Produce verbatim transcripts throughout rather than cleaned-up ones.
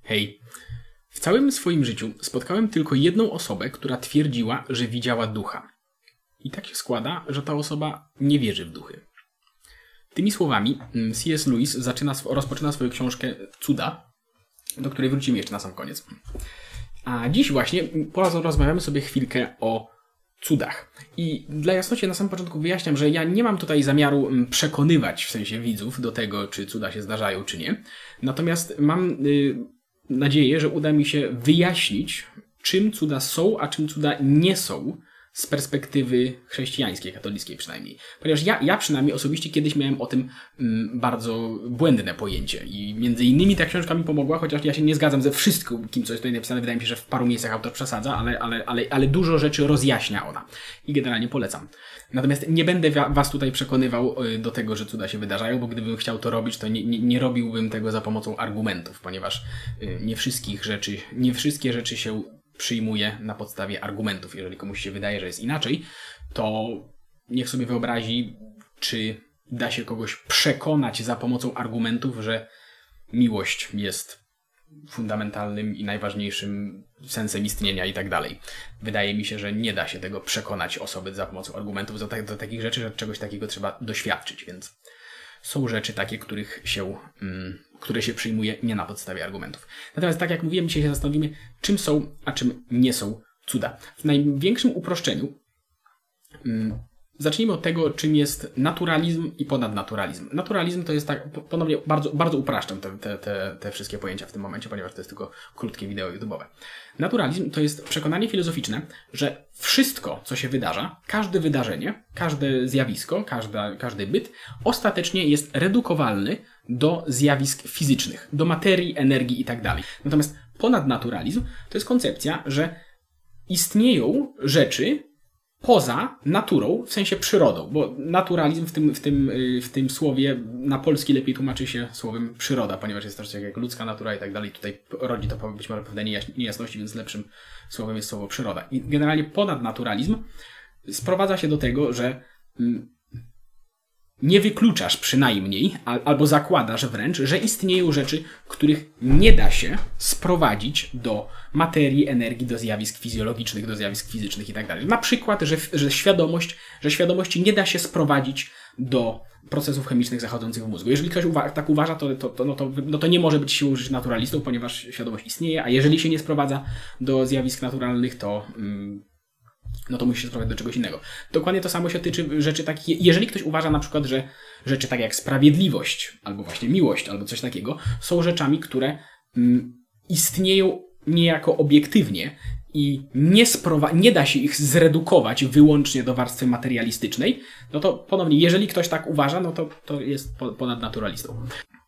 Hej, w całym swoim życiu spotkałem tylko jedną osobę, która twierdziła, że widziała ducha. I tak się składa, że ta osoba nie wierzy w duchy. Tymi słowami C S Lewis zaczyna, rozpoczyna swoją książkę Cuda, do której wrócimy jeszcze na sam koniec. A dziś właśnie porozmawiamy sobie chwilkę o cudach. I dla jasności na samym początku wyjaśniam, że ja nie mam tutaj zamiaru przekonywać w sensie widzów do tego, czy cuda się zdarzają, czy nie. Natomiast mam y, nadzieję, że uda mi się wyjaśnić, czym cuda są, a czym cuda nie są z perspektywy chrześcijańskiej, katolickiej przynajmniej. Ponieważ ja, ja przynajmniej osobiście kiedyś miałem o tym mm, bardzo błędne pojęcie i między innymi ta książka mi pomogła, chociaż ja się nie zgadzam ze wszystkim, co jest tutaj napisane. Wydaje mi się, że w paru miejscach autor przesadza, ale, ale, ale, ale dużo rzeczy rozjaśnia ona i generalnie polecam. Natomiast nie będę was tutaj przekonywał do tego, że cuda się wydarzają, bo gdybym chciał to robić, to nie, nie, nie robiłbym tego za pomocą argumentów, ponieważ nie wszystkich rzeczy, nie wszystkie rzeczy się przyjmuje na podstawie argumentów. Jeżeli komuś się wydaje, że jest inaczej, to niech sobie wyobrazi, czy da się kogoś przekonać za pomocą argumentów, że miłość jest fundamentalnym i najważniejszym sensem istnienia i tak dalej. Wydaje mi się, że nie da się tego przekonać osoby za pomocą argumentów. Do, do takich rzeczy, że czegoś takiego trzeba doświadczyć, więc są rzeczy takie, których się, mm, które się przyjmuje nie na podstawie argumentów. Natomiast tak jak mówiłem, dzisiaj się zastanowimy, czym są, a czym nie są cuda. W największym uproszczeniu mm, zacznijmy od tego, czym jest naturalizm i ponadnaturalizm. Naturalizm to jest tak, ponownie bardzo, bardzo upraszczam te, te, te, te wszystkie pojęcia w tym momencie, ponieważ to jest tylko krótkie wideo YouTube'owe. Naturalizm to jest przekonanie filozoficzne, że wszystko, co się wydarza, każde wydarzenie, każde zjawisko, każda, każdy byt, ostatecznie jest redukowalny do zjawisk fizycznych, do materii, energii i tak dalej. Natomiast ponadnaturalizm to jest koncepcja, że istnieją rzeczy poza naturą, w sensie przyrodą, bo naturalizm w tym, w tym, w tym słowie na polski lepiej tłumaczy się słowem przyroda, ponieważ jest też jak ludzka natura i tak dalej. Tutaj rodzi to być może pewne niejasności, więc lepszym słowem jest słowo przyroda. I generalnie ponadnaturalizm sprowadza się do tego, że nie wykluczasz przynajmniej, albo zakładasz wręcz, że istnieją rzeczy, których nie da się sprowadzić do materii, energii, do zjawisk fizjologicznych, do zjawisk fizycznych i tak dalej. Na przykład, że, że świadomość, że świadomości nie da się sprowadzić do procesów chemicznych zachodzących w mózgu. Jeżeli ktoś uwa- tak uważa, to, to, to, no to, no to nie może być siłą rzeczy naturalistą, ponieważ świadomość istnieje, a jeżeli się nie sprowadza do zjawisk naturalnych, to... Mm, no to musi się sprowadzić do czegoś innego. Dokładnie to samo się tyczy rzeczy takich, jeżeli ktoś uważa na przykład, że rzeczy takie jak sprawiedliwość, albo właśnie miłość, albo coś takiego, są rzeczami, które mm, istnieją niejako obiektywnie i nie, sprowa- nie da się ich zredukować wyłącznie do warstwy materialistycznej, no to ponownie, jeżeli ktoś tak uważa, no to, to jest po- ponadnaturalistą.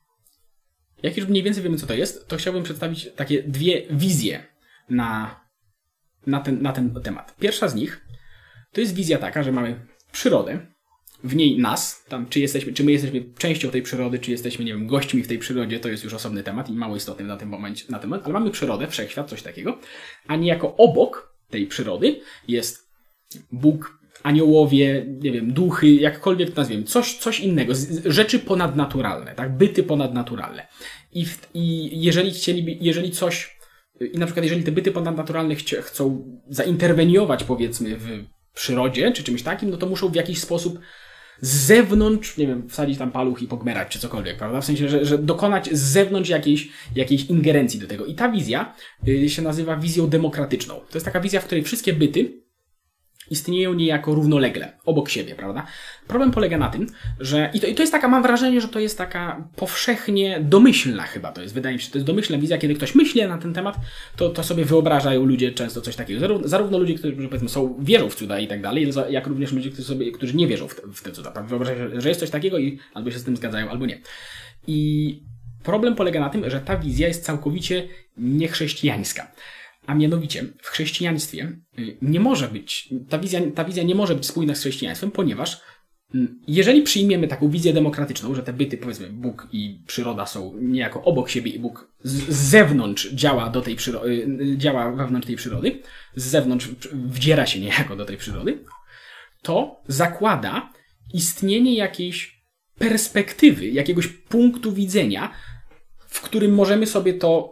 Jak już mniej więcej wiemy, co to jest, to chciałbym przedstawić takie dwie wizje na Na ten, na ten temat. Pierwsza z nich to jest wizja taka, że mamy przyrodę, w niej nas, tam czy, jesteśmy, czy my jesteśmy częścią tej przyrody, czy jesteśmy, nie wiem, gośćmi w tej przyrodzie, to jest już osobny temat i mało istotny na tym momencie, na temat, ale mamy przyrodę, wszechświat, coś takiego, a niejako obok tej przyrody jest Bóg, aniołowie, nie wiem, duchy, jakkolwiek to nazwiemy, coś, coś innego, rzeczy ponadnaturalne, tak, byty ponadnaturalne. I, w, i jeżeli chcieliby, jeżeli coś I na przykład jeżeli te byty ponadnaturalne chci- chcą zainterweniować, powiedzmy, w przyrodzie, czy czymś takim, no to muszą w jakiś sposób z zewnątrz, nie wiem, wsadzić tam paluch i pogmerać, czy cokolwiek, prawda? W sensie, że, że dokonać z zewnątrz jakiejś, jakiejś ingerencji do tego. I ta wizja y, się nazywa wizją demokratyczną. To jest taka wizja, w której wszystkie byty istnieją niejako równolegle, obok siebie, prawda? Problem polega na tym, że... I to, i to jest taka, mam wrażenie, że to jest taka powszechnie domyślna chyba, to jest, wydaje mi się, to jest domyślna wizja, kiedy ktoś myśli na ten temat, to, to sobie wyobrażają ludzie często coś takiego. Zarówno, zarówno ludzie, którzy powiedzmy są, wierzą w cuda i tak dalej, jak również ludzie, którzy, sobie, którzy nie wierzą w te, w te cuda. Tak? Wyobrażają, że jest coś takiego i albo się z tym zgadzają, albo nie. I problem polega na tym, że ta wizja jest całkowicie niechrześcijańska. A mianowicie w chrześcijaństwie nie może być, ta wizja, ta wizja nie może być spójna z chrześcijaństwem, ponieważ jeżeli przyjmiemy taką wizję demokratyczną, że te byty, powiedzmy Bóg i przyroda są niejako obok siebie i Bóg z, z zewnątrz działa do tej przyrody, działa wewnątrz tej przyrody, z zewnątrz wdziera się niejako do tej przyrody, to zakłada istnienie jakiejś perspektywy, jakiegoś punktu widzenia, w którym możemy sobie to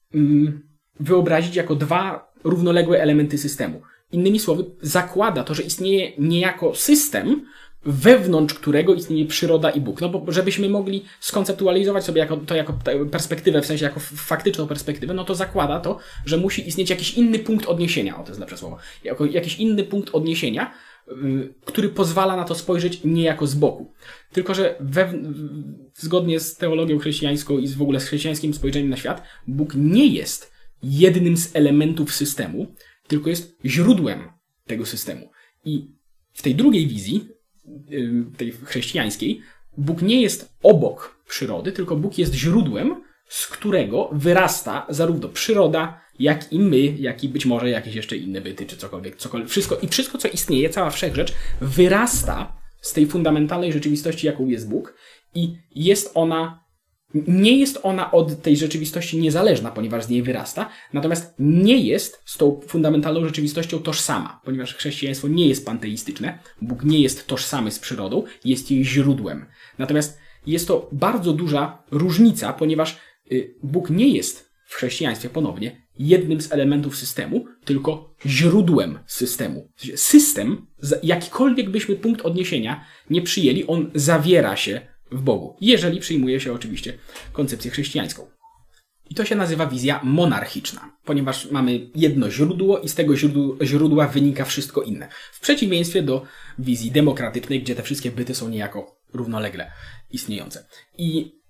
wyobrazić jako dwa równoległe elementy systemu. Innymi słowy, zakłada to, że istnieje niejako system, wewnątrz którego istnieje przyroda i Bóg. No bo żebyśmy mogli skonceptualizować sobie jako, to jako perspektywę, w sensie jako faktyczną perspektywę, no to zakłada to, że musi istnieć jakiś inny punkt odniesienia, o to jest lepsze słowo, jako jakiś inny punkt odniesienia, yy, który pozwala na to spojrzeć niejako z boku. Tylko że we, zgodnie z teologią chrześcijańską i z, w ogóle z chrześcijańskim spojrzeniem na świat, Bóg nie jest jednym z elementów systemu, tylko jest źródłem tego systemu. I w tej drugiej wizji, tej chrześcijańskiej, Bóg nie jest obok przyrody, tylko Bóg jest źródłem, z którego wyrasta zarówno przyroda, jak i my, jak i być może jakieś jeszcze inne byty, czy cokolwiek, cokolwiek. Wszystko, i wszystko, co istnieje, cała wszechrzecz, wyrasta z tej fundamentalnej rzeczywistości, jaką jest Bóg, i jest ona, nie jest ona od tej rzeczywistości niezależna, ponieważ z niej wyrasta, natomiast nie jest z tą fundamentalną rzeczywistością tożsama, ponieważ chrześcijaństwo nie jest panteistyczne, Bóg nie jest tożsamy z przyrodą, jest jej źródłem. Natomiast jest to bardzo duża różnica, ponieważ Bóg nie jest w chrześcijaństwie ponownie jednym z elementów systemu, tylko źródłem systemu. System, jakikolwiek byśmy punkt odniesienia nie przyjęli, on zawiera się w Bogu, jeżeli przyjmuje się oczywiście koncepcję chrześcijańską. I to się nazywa wizja monarchiczna, ponieważ mamy jedno źródło i z tego źródła wynika wszystko inne. W przeciwieństwie do wizji demokratycznej, gdzie te wszystkie byty są niejako równolegle istniejące. I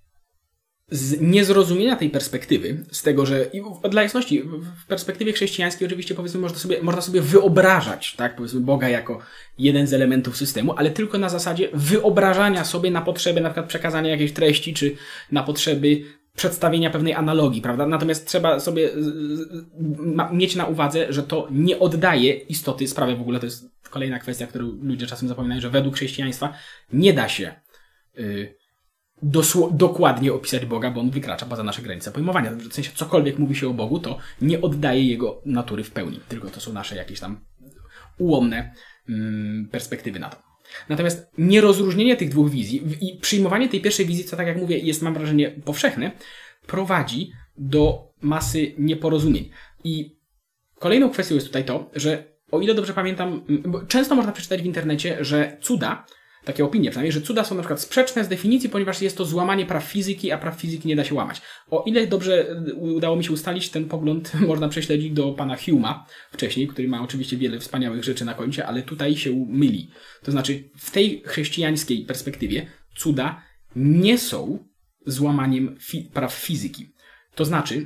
z niezrozumienia tej perspektywy, z tego, że i dla jasności, w perspektywie chrześcijańskiej oczywiście powiedzmy można sobie, można sobie wyobrażać, tak, powiedzmy Boga jako jeden z elementów systemu, ale tylko na zasadzie wyobrażania sobie na potrzeby na przykład przekazania jakiejś treści, czy na potrzeby przedstawienia pewnej analogii, prawda? Natomiast trzeba sobie mieć na uwadze, że to nie oddaje istoty sprawy. W ogóle to jest kolejna kwestia, którą ludzie czasem zapominają, że według chrześcijaństwa nie da się yy, Dosło- dokładnie opisać Boga, bo on wykracza poza nasze granice pojmowania. W sensie cokolwiek mówi się o Bogu, to nie oddaje jego natury w pełni. Tylko to są nasze jakieś tam ułomne mm, perspektywy na to. Natomiast nierozróżnienie tych dwóch wizji i przyjmowanie tej pierwszej wizji, co tak jak mówię jest, mam wrażenie, powszechne, prowadzi do masy nieporozumień. I kolejną kwestią jest tutaj to, że o ile dobrze pamiętam, bo często można przeczytać w internecie, że cuda, takie opinie przynajmniej, że cuda są na przykład sprzeczne z definicji, ponieważ jest to złamanie praw fizyki, a praw fizyki nie da się łamać. O ile dobrze udało mi się ustalić, ten pogląd można prześledzić do pana Hume'a wcześniej, który ma oczywiście wiele wspaniałych rzeczy na koncie, ale tutaj się myli. To znaczy w tej chrześcijańskiej perspektywie cuda nie są złamaniem fi- praw fizyki. To znaczy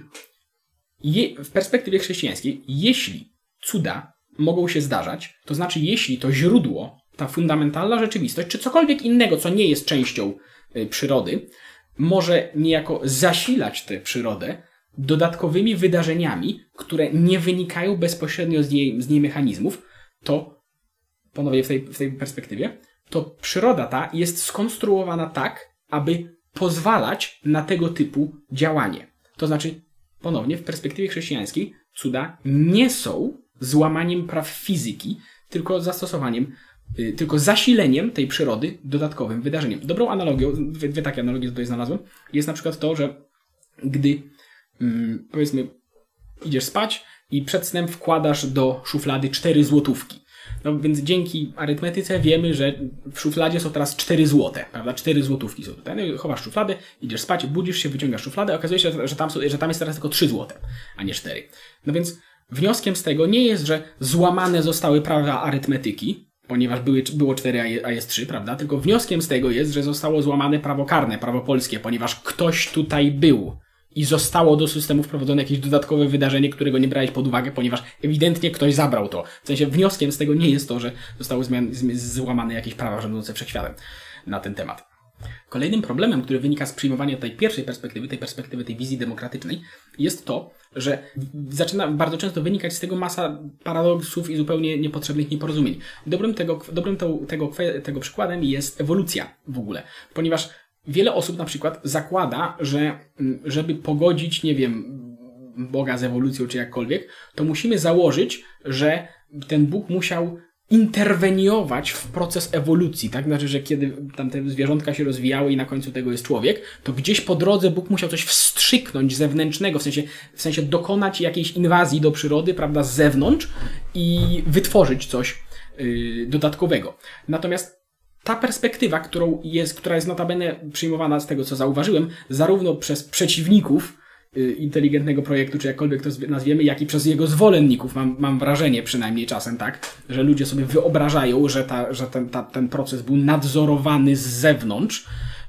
je, w perspektywie chrześcijańskiej, jeśli cuda mogą się zdarzać, to znaczy jeśli to źródło, ta fundamentalna rzeczywistość, czy cokolwiek innego, co nie jest częścią y, przyrody, może niejako zasilać tę przyrodę dodatkowymi wydarzeniami, które nie wynikają bezpośrednio z jej, z jej mechanizmów, to, ponownie w tej, w tej perspektywie, to przyroda ta jest skonstruowana tak, aby pozwalać na tego typu działanie. To znaczy, ponownie w perspektywie chrześcijańskiej, cuda nie są złamaniem praw fizyki, tylko zastosowaniem tylko zasileniem tej przyrody dodatkowym wydarzeniem. Dobrą analogią, dwie, dwie takie analogie tutaj znalazłem, jest na przykład to, że gdy mm, powiedzmy idziesz spać i przed snem wkładasz do szuflady cztery złotówki. No więc dzięki arytmetyce wiemy, że w szufladzie są teraz cztery złote, prawda? cztery złotówki są tutaj. No i chowasz szufladę, idziesz spać, budzisz się, wyciągasz szufladę, okazuje się, że tam, są, że tam jest teraz tylko trzy złote, a nie cztery. No więc wnioskiem z tego nie jest, że złamane zostały prawa arytmetyki, ponieważ były, było cztery, a jest trzy, prawda? Tylko wnioskiem z tego jest, że zostało złamane prawo karne, prawo polskie, ponieważ ktoś tutaj był i zostało do systemu wprowadzone jakieś dodatkowe wydarzenie, którego nie brałeś pod uwagę, ponieważ ewidentnie ktoś zabrał to. W sensie wnioskiem z tego nie jest to, że zostały zmian, złamane jakieś prawa rządzące wszechświatem na ten temat. Kolejnym problemem, który wynika z przyjmowania tej pierwszej perspektywy, tej perspektywy tej wizji demokratycznej, jest to, że zaczyna bardzo często wynikać z tego masa paradoksów i zupełnie niepotrzebnych nieporozumień. Dobrym tego, dobrym to, tego, tego przykładem jest ewolucja w ogóle, ponieważ wiele osób na przykład zakłada, że żeby pogodzić, nie wiem, Boga z ewolucją czy jakkolwiek, to musimy założyć, że ten Bóg musiał interweniować w proces ewolucji, tak? Znaczy, że kiedy tam te zwierzątka się rozwijały i na końcu tego jest człowiek, to gdzieś po drodze Bóg musiał coś wstrzyknąć zewnętrznego, w sensie, w sensie dokonać jakiejś inwazji do przyrody, prawda, z zewnątrz i wytworzyć coś yy, dodatkowego. Natomiast ta perspektywa, którą jest, która jest notabene przyjmowana z tego, co zauważyłem, zarówno przez przeciwników inteligentnego projektu, czy jakkolwiek to nazwiemy, jak i przez jego zwolenników, mam, mam wrażenie przynajmniej czasem, tak, że ludzie sobie wyobrażają, że, ta, że ten, ta, ten proces był nadzorowany z zewnątrz.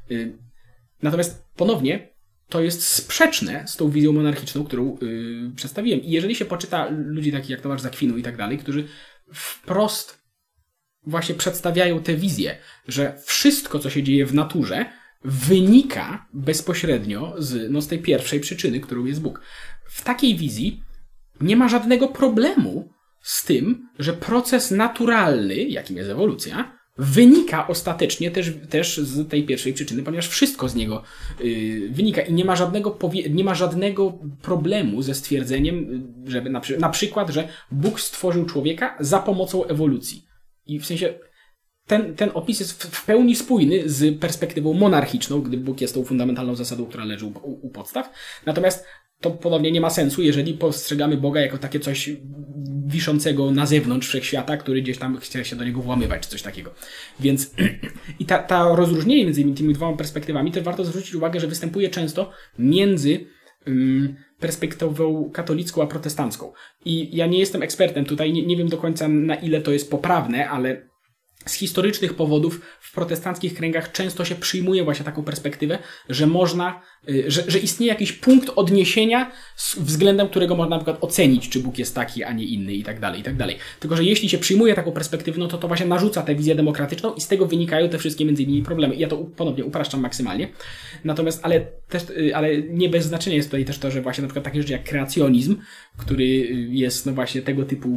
Natomiast ponownie to jest sprzeczne z tą wizją monarchiczną, którą yy, przedstawiłem. I jeżeli się poczyta ludzi takich jak Tomasz z Akwinu i tak dalej, którzy wprost właśnie przedstawiają tę wizję, że wszystko, co się dzieje w naturze, wynika bezpośrednio z, no, z tej pierwszej przyczyny, którą jest Bóg. W takiej wizji nie ma żadnego problemu z tym, że proces naturalny, jakim jest ewolucja, wynika ostatecznie też, też z tej pierwszej przyczyny, ponieważ wszystko z niego yy, wynika i nie ma żadnego, powie- nie ma żadnego problemu ze stwierdzeniem, żeby na, przy- na przykład, że Bóg stworzył człowieka za pomocą ewolucji. I w sensie Ten, ten opis jest w, w pełni spójny z perspektywą monarchiczną, gdy Bóg jest tą fundamentalną zasadą, która leży u, u, u podstaw. Natomiast to ponownie nie ma sensu, jeżeli postrzegamy Boga jako takie coś wiszącego na zewnątrz wszechświata, który gdzieś tam chce się do niego włamywać, czy coś takiego. Więc i ta, ta rozróżnienie między tymi dwoma perspektywami też warto zwrócić uwagę, że występuje często między um, perspektywą katolicką a protestancką. I ja nie jestem ekspertem tutaj, nie, nie wiem do końca na ile to jest poprawne, ale z historycznych powodów w protestanckich kręgach często się przyjmuje właśnie taką perspektywę, że można, że, że istnieje jakiś punkt odniesienia, względem którego można na przykład ocenić, czy Bóg jest taki, a nie inny i tak dalej, i tak dalej. Tylko, że jeśli się przyjmuje taką perspektywę, no to to właśnie narzuca tę wizję demokratyczną i z tego wynikają te wszystkie między innymi problemy. I ja to ponownie upraszczam maksymalnie. Natomiast, ale też, ale nie bez znaczenia jest tutaj też to, że właśnie na przykład takie rzeczy jak kreacjonizm, który jest no właśnie tego typu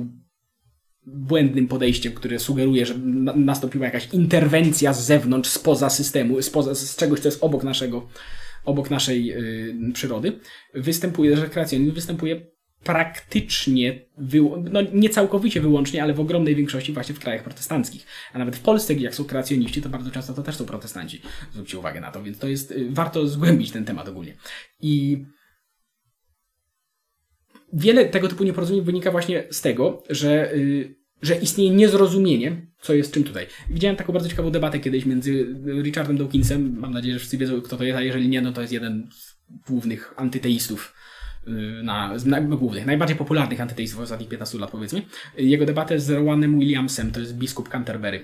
błędnym podejściem, które sugeruje, że na, nastąpiła jakaś interwencja z zewnątrz, spoza systemu, spoza, z czegoś, co jest obok naszego, obok naszej yy, przyrody, występuje, że kreacjonizm występuje praktycznie, wyło- no nie całkowicie wyłącznie, ale w ogromnej większości właśnie w krajach protestanckich. A nawet w Polsce, jak są kreacjoniści, to bardzo często to też są protestanci. Zwróćcie uwagę na to, więc to jest, yy, warto zgłębić ten temat ogólnie. I wiele tego typu nieporozumień wynika właśnie z tego, że, yy, że istnieje niezrozumienie, co jest czym tutaj. Widziałem taką bardzo ciekawą debatę kiedyś między Richardem Dawkinsem, mam nadzieję, że wszyscy wiedzą, kto to jest, a jeżeli nie, no to jest jeden z głównych antyteistów, yy, na, z na, głównych, najbardziej popularnych antyteistów ostatnich piętnastu lat, powiedzmy. Jego debatę z Rowanem Williamsem, to jest biskup Canterbury.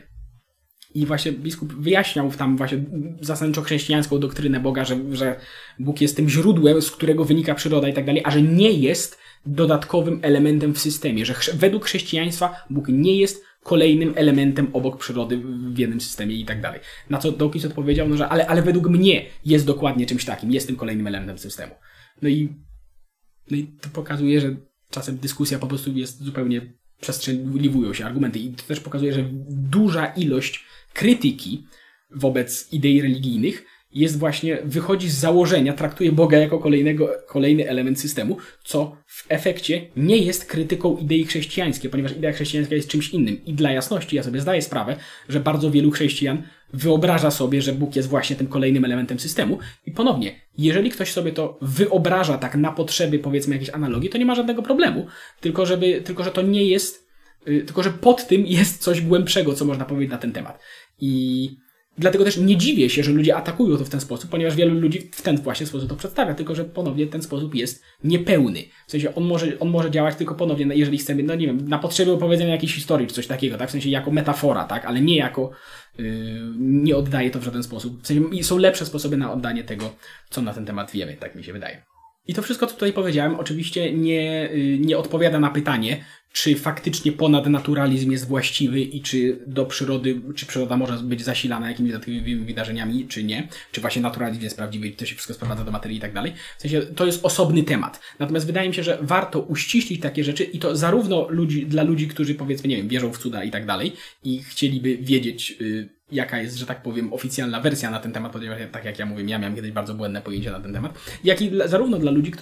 I właśnie biskup wyjaśniał tam właśnie zasadniczo chrześcijańską doktrynę Boga, że, że Bóg jest tym źródłem, z którego wynika przyroda i tak dalej, a że nie jest dodatkowym elementem w systemie, że chrze- według chrześcijaństwa Bóg nie jest kolejnym elementem obok przyrody w jednym systemie i tak dalej. Na co Dawkins odpowiedział, no, że ale, ale według mnie jest dokładnie czymś takim, jest tym kolejnym elementem systemu. No i, no i to pokazuje, że czasem dyskusja po prostu jest zupełnie, przestrzeliwują się argumenty i to też pokazuje, że duża ilość krytyki wobec idei religijnych jest właśnie, wychodzi z założenia, traktuje Boga jako kolejnego, kolejny element systemu, co w efekcie nie jest krytyką idei chrześcijańskiej, ponieważ idea chrześcijańska jest czymś innym. I dla jasności ja sobie zdaję sprawę, że bardzo wielu chrześcijan wyobraża sobie, że Bóg jest właśnie tym kolejnym elementem systemu. I ponownie, jeżeli ktoś sobie to wyobraża tak na potrzeby, powiedzmy, jakiejś analogii, to nie ma żadnego problemu. Tylko, żeby, tylko że to nie jest, yy, tylko że pod tym jest coś głębszego, co można powiedzieć na ten temat. I dlatego też nie dziwię się, że ludzie atakują to w ten sposób, ponieważ wielu ludzi w ten właśnie sposób to przedstawia, tylko że ponownie ten sposób jest niepełny. W sensie on może, on może działać tylko ponownie, jeżeli chcemy, no nie wiem, na potrzeby opowiedzenia jakiejś historii czy coś takiego, tak? W sensie jako metafora, tak? Ale nie jako, yy, nie oddaje to w żaden sposób. W sensie są lepsze sposoby na oddanie tego, co na ten temat wiemy, tak mi się wydaje. I to wszystko, co tutaj powiedziałem, oczywiście nie, nie odpowiada na pytanie, czy faktycznie ponadnaturalizm jest właściwy i czy do przyrody, czy przyroda może być zasilana jakimiś dodatkowymi wydarzeniami, czy nie. Czy właśnie naturalizm jest prawdziwy i to się wszystko sprowadza do materii i tak dalej. W sensie to jest osobny temat. Natomiast wydaje mi się, że warto uściślić takie rzeczy i to zarówno ludzi, dla ludzi, którzy powiedzmy, nie wiem, wierzą w cuda i tak dalej i chcieliby wiedzieć, yy, jaka jest, że tak powiem, oficjalna wersja na ten temat, ponieważ tak jak ja mówię, ja miałem kiedyś bardzo błędne pojęcie na ten temat, jak i dla, zarówno dla ludzi, którzy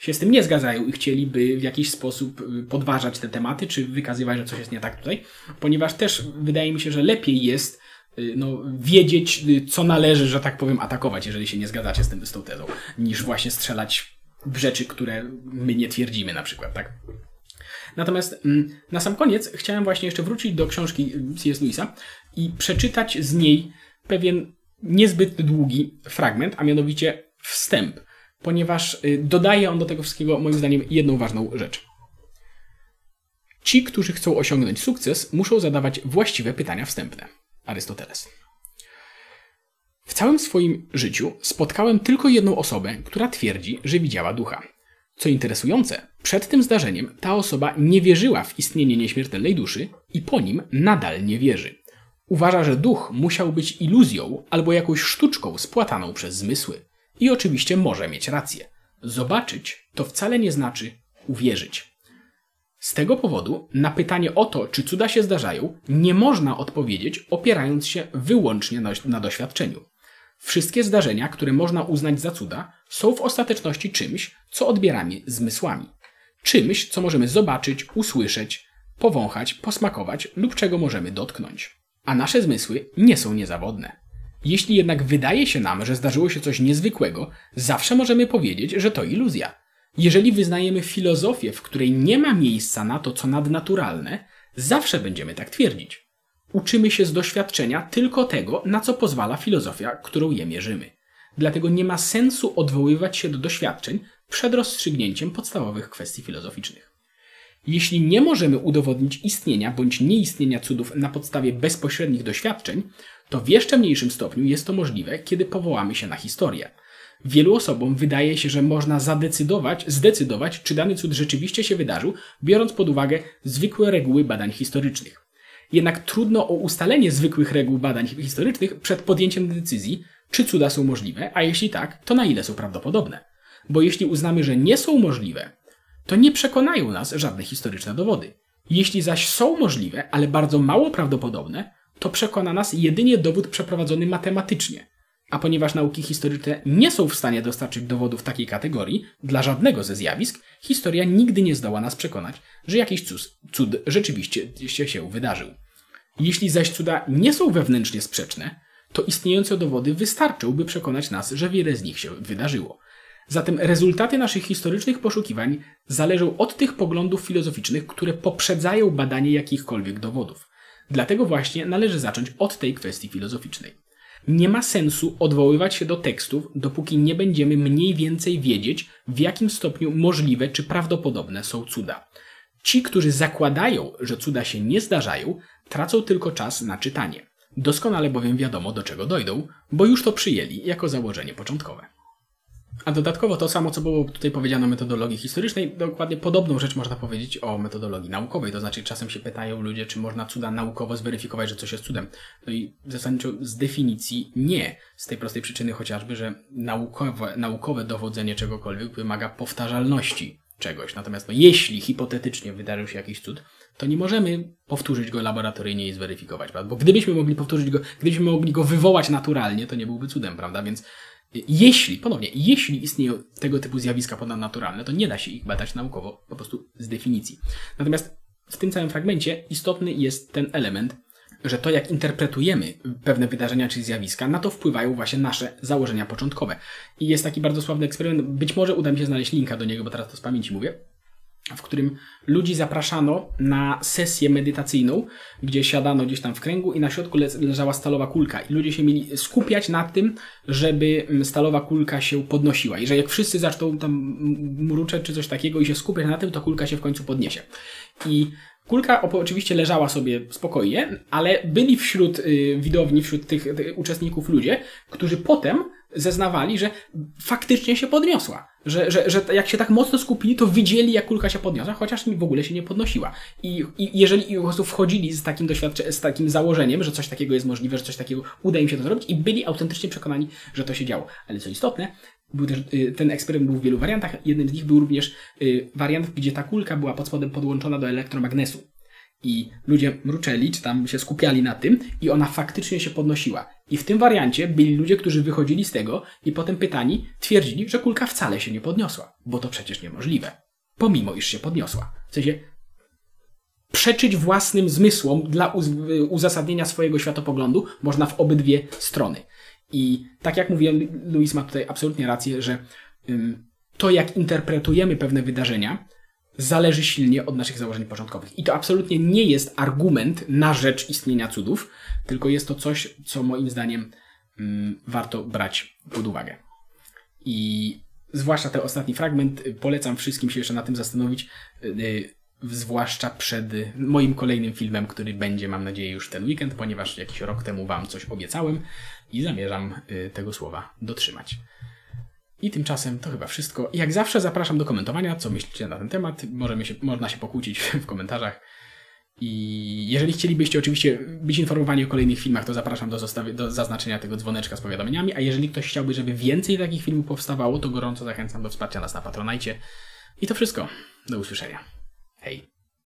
się z tym nie zgadzają i chcieliby w jakiś sposób podważać te tematy, czy wykazywać, że coś jest nie tak tutaj, ponieważ też wydaje mi się, że lepiej jest no, wiedzieć, co należy, że tak powiem, atakować, jeżeli się nie zgadzacie z, tym, z tą tezą, niż właśnie strzelać w rzeczy, które my nie twierdzimy na przykład, tak? Natomiast na sam koniec chciałem właśnie jeszcze wrócić do książki C S Lewisa i przeczytać z niej pewien niezbyt długi fragment, a mianowicie wstęp, ponieważ dodaje on do tego wszystkiego moim zdaniem jedną ważną rzecz. Ci, którzy chcą osiągnąć sukces, muszą zadawać właściwe pytania wstępne. Arystoteles. W całym swoim życiu spotkałem tylko jedną osobę, która twierdzi, że widziała ducha. Co interesujące, przed tym zdarzeniem ta osoba nie wierzyła w istnienie nieśmiertelnej duszy i po nim nadal nie wierzy. Uważa, że duch musiał być iluzją albo jakąś sztuczką spłataną przez zmysły. I oczywiście może mieć rację. Zobaczyć to wcale nie znaczy uwierzyć. Z tego powodu na pytanie o to, czy cuda się zdarzają, nie można odpowiedzieć, opierając się wyłącznie na, na doświadczeniu. Wszystkie zdarzenia, które można uznać za cuda, są w ostateczności czymś, co odbieramy zmysłami. Czymś, co możemy zobaczyć, usłyszeć, powąchać, posmakować lub czego możemy dotknąć. A nasze zmysły nie są niezawodne. Jeśli jednak wydaje się nam, że zdarzyło się coś niezwykłego, zawsze możemy powiedzieć, że to iluzja. Jeżeli wyznajemy filozofię, w której nie ma miejsca na to, co nadnaturalne, zawsze będziemy tak twierdzić. Uczymy się z doświadczenia tylko tego, na co pozwala filozofia, którą je mierzymy. Dlatego nie ma sensu odwoływać się do doświadczeń przed rozstrzygnięciem podstawowych kwestii filozoficznych. Jeśli nie możemy udowodnić istnienia bądź nieistnienia cudów na podstawie bezpośrednich doświadczeń, to w jeszcze mniejszym stopniu jest to możliwe, kiedy powołamy się na historię. Wielu osobom wydaje się, że można zadecydować, zdecydować, czy dany cud rzeczywiście się wydarzył, biorąc pod uwagę zwykłe reguły badań historycznych. Jednak trudno o ustalenie zwykłych reguł badań historycznych przed podjęciem decyzji, czy cuda są możliwe, a jeśli tak, to na ile są prawdopodobne. Bo jeśli uznamy, że nie są możliwe, to nie przekonają nas żadne historyczne dowody. Jeśli zaś są możliwe, ale bardzo mało prawdopodobne, to przekona nas jedynie dowód przeprowadzony matematycznie. A ponieważ nauki historyczne nie są w stanie dostarczyć dowodów takiej kategorii dla żadnego ze zjawisk, historia nigdy nie zdoła nas przekonać, że jakiś cud, cud rzeczywiście się, się wydarzył. Jeśli zaś cuda nie są wewnętrznie sprzeczne, to istniejące dowody wystarczą, by przekonać nas, że wiele z nich się wydarzyło. Zatem rezultaty naszych historycznych poszukiwań zależą od tych poglądów filozoficznych, które poprzedzają badanie jakichkolwiek dowodów. Dlatego właśnie należy zacząć od tej kwestii filozoficznej. Nie ma sensu odwoływać się do tekstów, dopóki nie będziemy mniej więcej wiedzieć, w jakim stopniu możliwe czy prawdopodobne są cuda. Ci, którzy zakładają, że cuda się nie zdarzają, tracą tylko czas na czytanie. Doskonale bowiem wiadomo, do czego dojdą, bo już to przyjęli jako założenie początkowe. A dodatkowo to samo, co było tutaj powiedziane o metodologii historycznej, dokładnie podobną rzecz można powiedzieć o metodologii naukowej. To znaczy czasem się pytają ludzie, czy można cuda naukowo zweryfikować, że coś jest cudem. No i zasadniczo z definicji nie. Z tej prostej przyczyny chociażby, że naukowe, naukowe dowodzenie czegokolwiek wymaga powtarzalności czegoś. Natomiast no, jeśli hipotetycznie wydarzył się jakiś cud, to nie możemy powtórzyć go laboratoryjnie i zweryfikować, prawda? Bo gdybyśmy mogli powtórzyć go, gdybyśmy mogli go wywołać naturalnie, to nie byłby cudem, prawda? Więc jeśli, ponownie, jeśli istnieją tego typu zjawiska ponadnaturalne, to nie da się ich badać naukowo, po prostu z definicji. Natomiast w tym całym fragmencie istotny jest ten element, że to jak interpretujemy pewne wydarzenia czy zjawiska, na to wpływają właśnie nasze założenia początkowe. I jest taki bardzo sławny eksperyment, być może uda mi się znaleźć linka do niego, bo teraz to z pamięci mówię, w którym ludzi zapraszano na sesję medytacyjną, gdzie siadano gdzieś tam w kręgu i na środku le- leżała stalowa kulka i ludzie się mieli skupiać na tym, żeby stalowa kulka się podnosiła i że jak wszyscy zaczną tam mruczeć czy coś takiego i się skupiać na tym, to kulka się w końcu podniesie. I kulka oczywiście leżała sobie spokojnie, ale byli wśród y, widowni, wśród tych, tych uczestników ludzie, którzy potem zeznawali, że faktycznie się podniosła. Że, że, że jak się tak mocno skupili, to widzieli, jak kulka się podniosła, chociaż w ogóle się nie podnosiła. I, i jeżeli po prostu wchodzili z takim doświadczeniem, z takim założeniem, że coś takiego jest możliwe, że coś takiego uda im się to zrobić i byli autentycznie przekonani, że to się działo. Ale co istotne, był też, ten eksperyment był w wielu wariantach. Jednym z nich był również wariant, gdzie ta kulka była pod spodem podłączona do elektromagnesu. I ludzie mruczeli, czy tam się skupiali na tym i ona faktycznie się podnosiła. I w tym wariancie byli ludzie, którzy wychodzili z tego i potem pytani twierdzili, że kulka wcale się nie podniosła, bo to przecież niemożliwe. Pomimo, iż się podniosła. W sensie przeczyć własnym zmysłom dla uzasadnienia swojego światopoglądu można w obydwie strony. I tak jak mówiłem, Louis ma tutaj absolutnie rację, że ym, to jak interpretujemy pewne wydarzenia zależy silnie od naszych założeń początkowych. I to absolutnie nie jest argument na rzecz istnienia cudów, tylko jest to coś, co moim zdaniem ym, warto brać pod uwagę. I zwłaszcza ten ostatni fragment polecam wszystkim się jeszcze na tym zastanowić, yy, zwłaszcza przed moim kolejnym filmem, który będzie, mam nadzieję, już ten weekend, ponieważ jakiś rok temu wam coś obiecałem i zamierzam yy, tego słowa dotrzymać. I tymczasem to chyba wszystko. Jak zawsze zapraszam do komentowania, co myślicie na ten temat. Możemy się, można się pokłócić w komentarzach. I jeżeli chcielibyście oczywiście być informowani o kolejnych filmach, to zapraszam do, zostawi- do zaznaczenia tego dzwoneczka z powiadomieniami. A jeżeli ktoś chciałby, żeby więcej takich filmów powstawało, to gorąco zachęcam do wsparcia nas na Patronite. I to wszystko. Do usłyszenia. Hej.